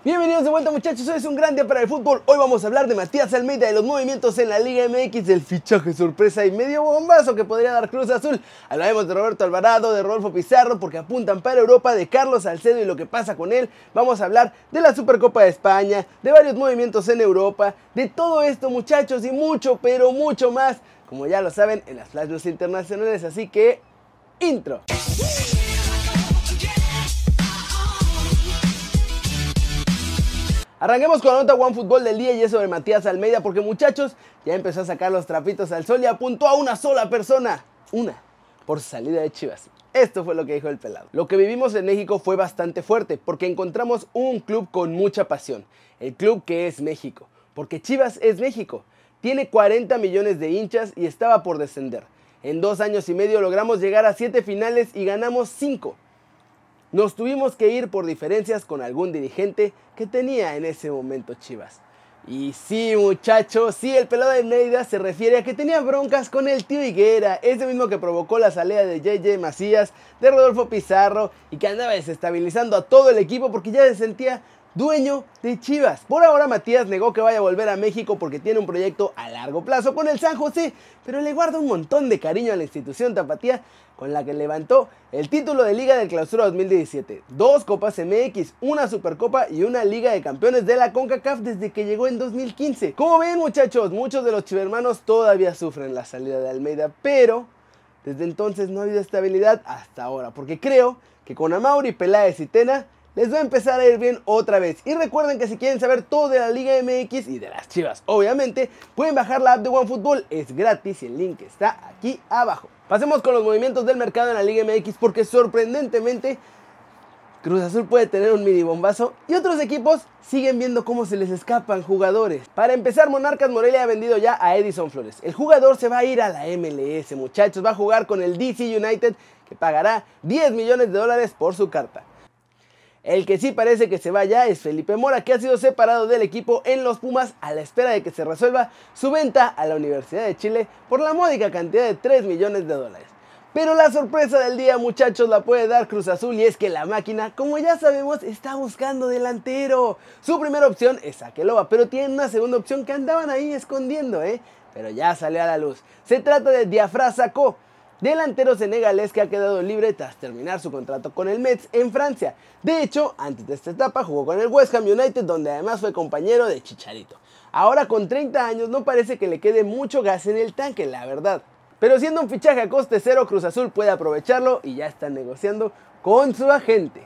Bienvenidos de vuelta, muchachos, hoy es un gran día para el fútbol. Hoy vamos a hablar de Matías Almeida, de los movimientos en la Liga MX, del fichaje sorpresa y medio bombazo que podría dar Cruz Azul. Hablaremos de Roberto Alvarado, de Rodolfo Pizarro porque apuntan para Europa, de Carlos Salcedo y lo que pasa con él. Vamos a hablar de la Supercopa de España, de varios movimientos en Europa, de todo esto, muchachos, y mucho, pero mucho más, como ya lo saben, en las Flash News internacionales, así que intro. Arranquemos con la nota OneFootball del día y es sobre Matías Almeida porque, muchachos, ya empezó a sacar los trapitos al sol y apuntó a una sola persona, por su salida de Chivas. Esto fue lo que dijo el pelado. Lo que vivimos en México fue bastante fuerte porque encontramos un club con mucha pasión, el club que es México, porque Chivas es México, tiene 40 millones de hinchas y estaba por descender. En 2 años y medio logramos llegar a 7 finales y ganamos 5. Nos tuvimos que ir por diferencias con algún dirigente que tenía en ese momento Chivas. Y sí, muchachos, sí, el pelado de Almeida se refiere a que tenía broncas con el tío Higuera, ese mismo que provocó la salida de JJ Macías, de Rodolfo Pizarro y que andaba desestabilizando a todo el equipo porque ya se sentía dueño de Chivas. Por ahora Matías negó que vaya a volver a México porque tiene un proyecto a largo plazo con el San José, pero le guarda un montón de cariño a la institución tapatía con la que levantó el título de Liga del Clausura 2017, 2 Copas MX, una Supercopa y una Liga de Campeones de la CONCACAF desde que llegó en 2015. Como ven, muchachos, muchos de los chivermanos todavía sufren la salida de Almeida, pero desde entonces no ha habido estabilidad hasta ahora, porque creo que con Amauri, Peláez y Tena les va a empezar a ir bien otra vez. Y recuerden que si quieren saber todo de la Liga MX y de las Chivas, obviamente, pueden bajar la app de OneFootball, es gratis y el link está aquí abajo. Pasemos con los movimientos del mercado en la Liga MX porque sorprendentemente Cruz Azul puede tener un mini bombazo y otros equipos siguen viendo cómo se les escapan jugadores. Para empezar, Monarcas Morelia ha vendido ya a Edison Flores. El jugador se va a ir a la MLS, muchachos, va a jugar con el DC United que pagará $10 millones por su carta. El que sí parece que se va ya es Felipe Mora, que ha sido separado del equipo en los Pumas a la espera de que se resuelva su venta a la Universidad de Chile por la módica cantidad de $3 millones. Pero la sorpresa del día, muchachos, la puede dar Cruz Azul y es que la máquina, como ya sabemos, está buscando delantero. Su primera opción es Aqueloba, pero tienen una segunda opción que andaban ahí escondiendo, pero ya salió a la luz. Se trata de Diafra Sakho, delantero senegalés que ha quedado libre tras terminar su contrato con el Metz en Francia. De hecho, antes de esta etapa jugó con el West Ham United, donde además fue compañero de Chicharito. Ahora con 30 años no parece que le quede mucho gas en el tanque, la verdad. Pero siendo un fichaje a coste cero, Cruz Azul puede aprovecharlo y ya está negociando con su agente.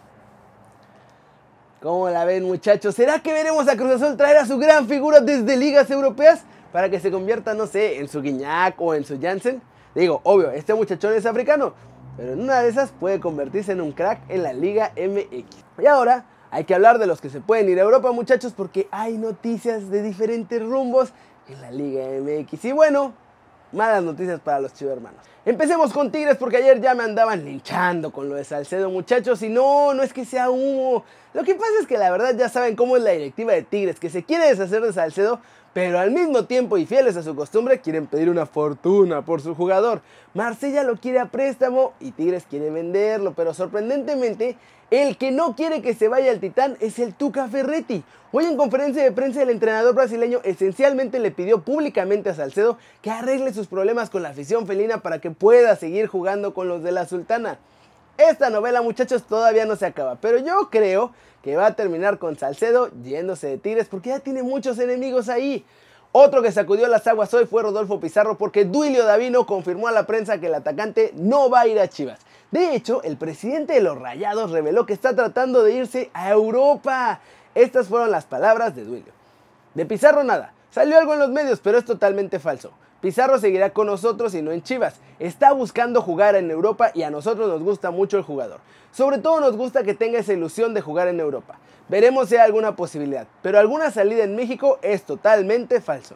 ¿Cómo la ven, muchachos? ¿Será que veremos a Cruz Azul traer a su gran figura desde ligas europeas para que se convierta, no sé, en su Guiñac o en su Jansen? Digo, obvio, este muchachón es africano, pero en una de esas puede convertirse en un crack en la Liga MX. Y ahora hay que hablar de los que se pueden ir a Europa, muchachos, porque hay noticias de diferentes rumbos en la Liga MX. Y bueno, malas noticias para los chivermanos. Empecemos con Tigres porque ayer ya me andaban linchando con lo de Salcedo, muchachos, y no es que sea humo. Lo que pasa es que la verdad ya saben cómo es la directiva de Tigres, que se quiere deshacer de Salcedo, pero al mismo tiempo y fieles a su costumbre quieren pedir una fortuna por su jugador. Marsella lo quiere a préstamo y Tigres quiere venderlo, pero sorprendentemente el que no quiere que se vaya al Titán es el Tuca Ferretti. Hoy en conferencia de prensa el entrenador brasileño esencialmente le pidió públicamente a Salcedo que arregle sus problemas con la afición felina para que pueda seguir jugando con los de la Sultana. Esta novela, muchachos, todavía no se acaba, pero yo creo que va a terminar con Salcedo yéndose de Tigres porque ya tiene muchos enemigos ahí. Otro que sacudió las aguas hoy fue Rodolfo Pizarro porque Duilio Davino confirmó a la prensa que el atacante no va a ir a Chivas. De hecho, el presidente de los Rayados reveló que está tratando de irse a Europa. Estas fueron las palabras de Duilio. De Pizarro nada, salió algo en los medios, pero es totalmente falso. Pizarro seguirá con nosotros y no en Chivas. Está buscando jugar en Europa y a nosotros nos gusta mucho el jugador. Sobre todo nos gusta que tenga esa ilusión de jugar en Europa. Veremos si hay alguna posibilidad, pero alguna salida en México es totalmente falso.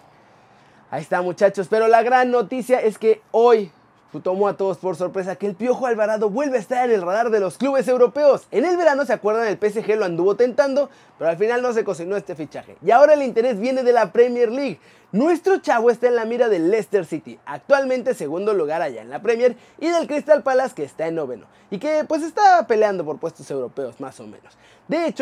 Ahí está, muchachos, pero la gran noticia es que hoy tomó a todos por sorpresa que el Piojo Alvarado vuelve a estar en el radar de los clubes europeos. En el verano, ¿se acuerdan? El PSG lo anduvo tentando, pero al final no se cocinó este fichaje. Y ahora el interés viene de la Premier League. Nuestro chavo está en la mira del Leicester City, actualmente segundo lugar allá en la Premier, y del Crystal Palace, que está en noveno, y que pues está peleando por puestos europeos más o menos. De hecho,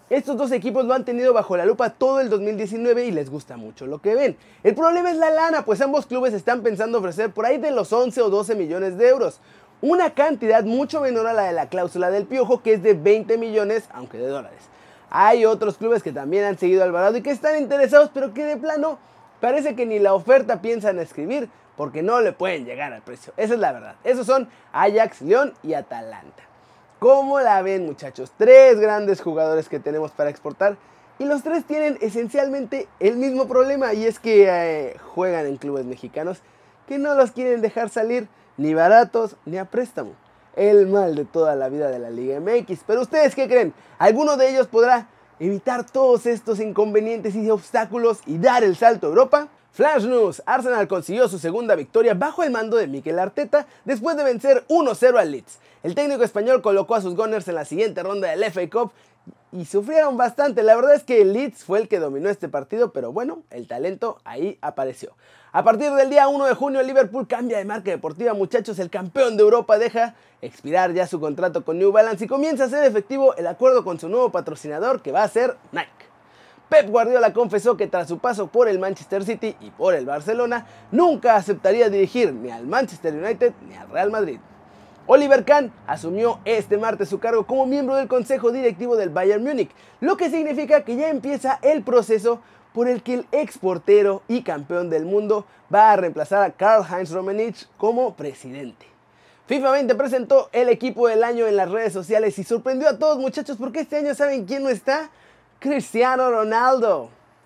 Estos dos equipos lo han tenido bajo la lupa todo el 2019 y les gusta mucho lo que ven. El problema es la lana, pues ambos clubes están pensando ofrecer por ahí de los 11 o 12 millones de euros. Una cantidad mucho menor a la de la cláusula del Piojo, que es de 20 millones, aunque de dólares. Hay otros clubes que también han seguido a Alvarado y que están interesados, pero que de plano parece que ni la oferta piensan escribir porque no le pueden llegar al precio. Esa es la verdad. Esos son Ajax, León y Atalanta. ¿Cómo la ven, muchachos? Tres grandes jugadores que tenemos para exportar y los tres tienen esencialmente el mismo problema, y es que juegan en clubes mexicanos que no los quieren dejar salir ni baratos ni a préstamo. El mal de toda la vida de la Liga MX. Pero ¿ustedes qué creen? ¿Alguno de ellos podrá evitar todos estos inconvenientes y obstáculos y dar el salto a Europa? Flash News: Arsenal consiguió su segunda victoria bajo el mando de Mikel Arteta después de vencer 1-0 al Leeds. El técnico español colocó a sus Gunners en la siguiente ronda del FA Cup y sufrieron bastante. La verdad es que el Leeds fue el que dominó este partido, pero bueno, el talento ahí apareció. A partir del día 1 de junio, Liverpool cambia de marca deportiva, muchachos. El campeón de Europa deja expirar ya su contrato con New Balance y comienza a ser efectivo el acuerdo con su nuevo patrocinador, que va a ser Nike. Pep Guardiola confesó que tras su paso por el Manchester City y por el Barcelona, nunca aceptaría dirigir ni al Manchester United ni al Real Madrid. Oliver Kahn asumió este martes su cargo como miembro del consejo directivo del Bayern Múnich, lo que significa que ya empieza el proceso por el que el exportero y campeón del mundo va a reemplazar a Karl-Heinz Rummenigge como presidente. FIFA 20 presentó el equipo del año en las redes sociales y sorprendió a todos, muchachos, porque este año ¿saben quién no está? Cristiano Ronaldo.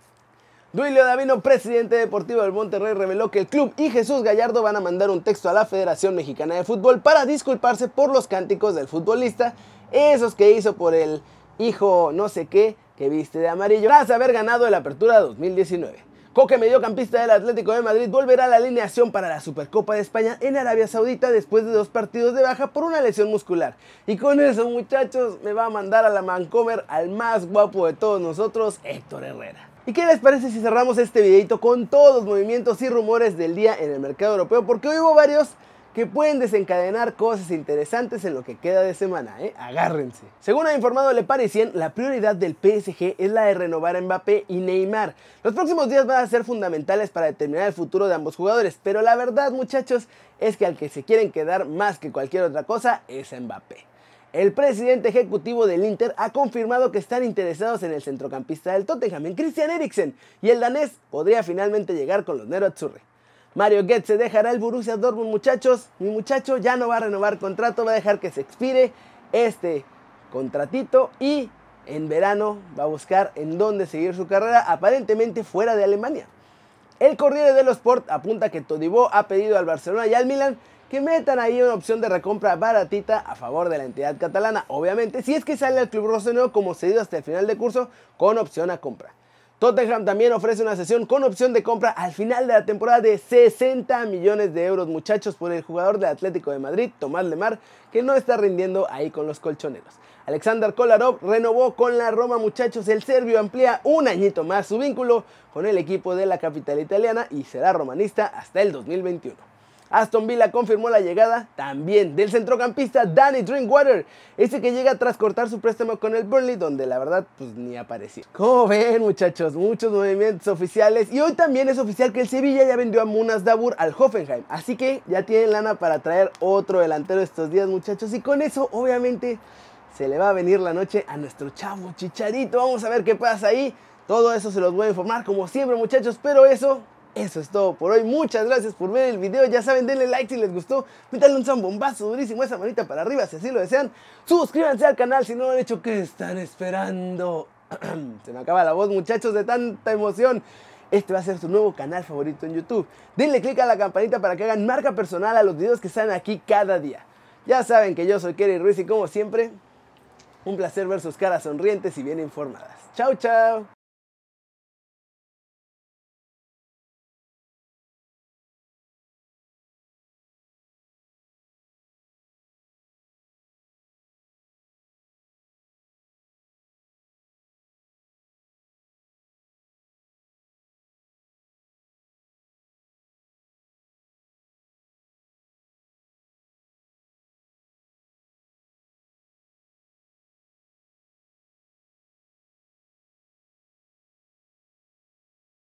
Duilio Davino, presidente deportivo del Monterrey, reveló que el club y Jesús Gallardo van a mandar un texto a la Federación Mexicana de Fútbol para disculparse por los cánticos del futbolista, esos que hizo por el hijo no sé qué que viste de amarillo, tras haber ganado el Apertura 2019. Coque, mediocampista del Atlético de Madrid, volverá a la alineación para la Supercopa de España en Arabia Saudita después de 2 partidos de baja por una lesión muscular. Y con eso, muchachos, me va a mandar a la Vancomer al más guapo de todos nosotros, Héctor Herrera. ¿Y qué les parece si cerramos este videito con todos los movimientos y rumores del día en el mercado europeo? Porque hoy hubo varios que pueden desencadenar cosas interesantes en lo que queda de semana, agárrense. Según ha informado Le Parisien, la prioridad del PSG es la de renovar a Mbappé y Neymar. Los próximos días van a ser fundamentales para determinar el futuro de ambos jugadores, pero la verdad, muchachos, es que al que se quieren quedar más que cualquier otra cosa es a Mbappé. El presidente ejecutivo del Inter ha confirmado que están interesados en el centrocampista del Tottenham, en Christian Eriksen, y el danés podría finalmente llegar con los nerazzurri. Mario Götze dejará el Borussia Dortmund, muchachos. Mi muchacho ya no va a renovar contrato, va a dejar que se expire este contratito y en verano va a buscar en dónde seguir su carrera, aparentemente fuera de Alemania. El Corriere dello Sport apunta que Todibo ha pedido al Barcelona y al Milan que metan ahí una opción de recompra baratita a favor de la entidad catalana, obviamente si es que sale al club rosonero como cedido hasta el final de curso con opción a compra. Tottenham también ofrece una cesión con opción de compra al final de la temporada de 60 millones de euros, muchachos, por el jugador del Atlético de Madrid, Tomás Lemar, que no está rindiendo ahí con los colchoneros. Alexander Kolarov renovó con la Roma, muchachos. El serbio amplía un añito más su vínculo con el equipo de la capital italiana y será romanista hasta el 2021. Aston Villa confirmó la llegada también del centrocampista Danny Drinkwater, ese que llega tras cortar su préstamo con el Burnley, donde la verdad pues ni apareció. Como ven, muchachos, muchos movimientos oficiales, y hoy también es oficial que el Sevilla ya vendió a Munas Dabur al Hoffenheim, así que ya tienen lana para traer otro delantero estos días, muchachos, y con eso obviamente se le va a venir la noche a nuestro chavo Chicharito. Vamos a ver qué pasa ahí, todo eso se los voy a informar como siempre, muchachos, pero eso es todo por hoy. Muchas gracias por ver el video. Ya saben, denle like si les gustó. Métanle un zambombazo durísimo, esa manita para arriba si así lo desean. Suscríbanse al canal si no lo han hecho. ¿Qué están esperando? Se me acaba la voz, muchachos, de tanta emoción. Este va a ser su nuevo canal favorito en YouTube. Denle click a la campanita para que hagan marca personal a los videos que salen aquí cada día. Ya saben que yo soy Kerry Ruiz y como siempre, un placer ver sus caras sonrientes y bien informadas. Chao, chao.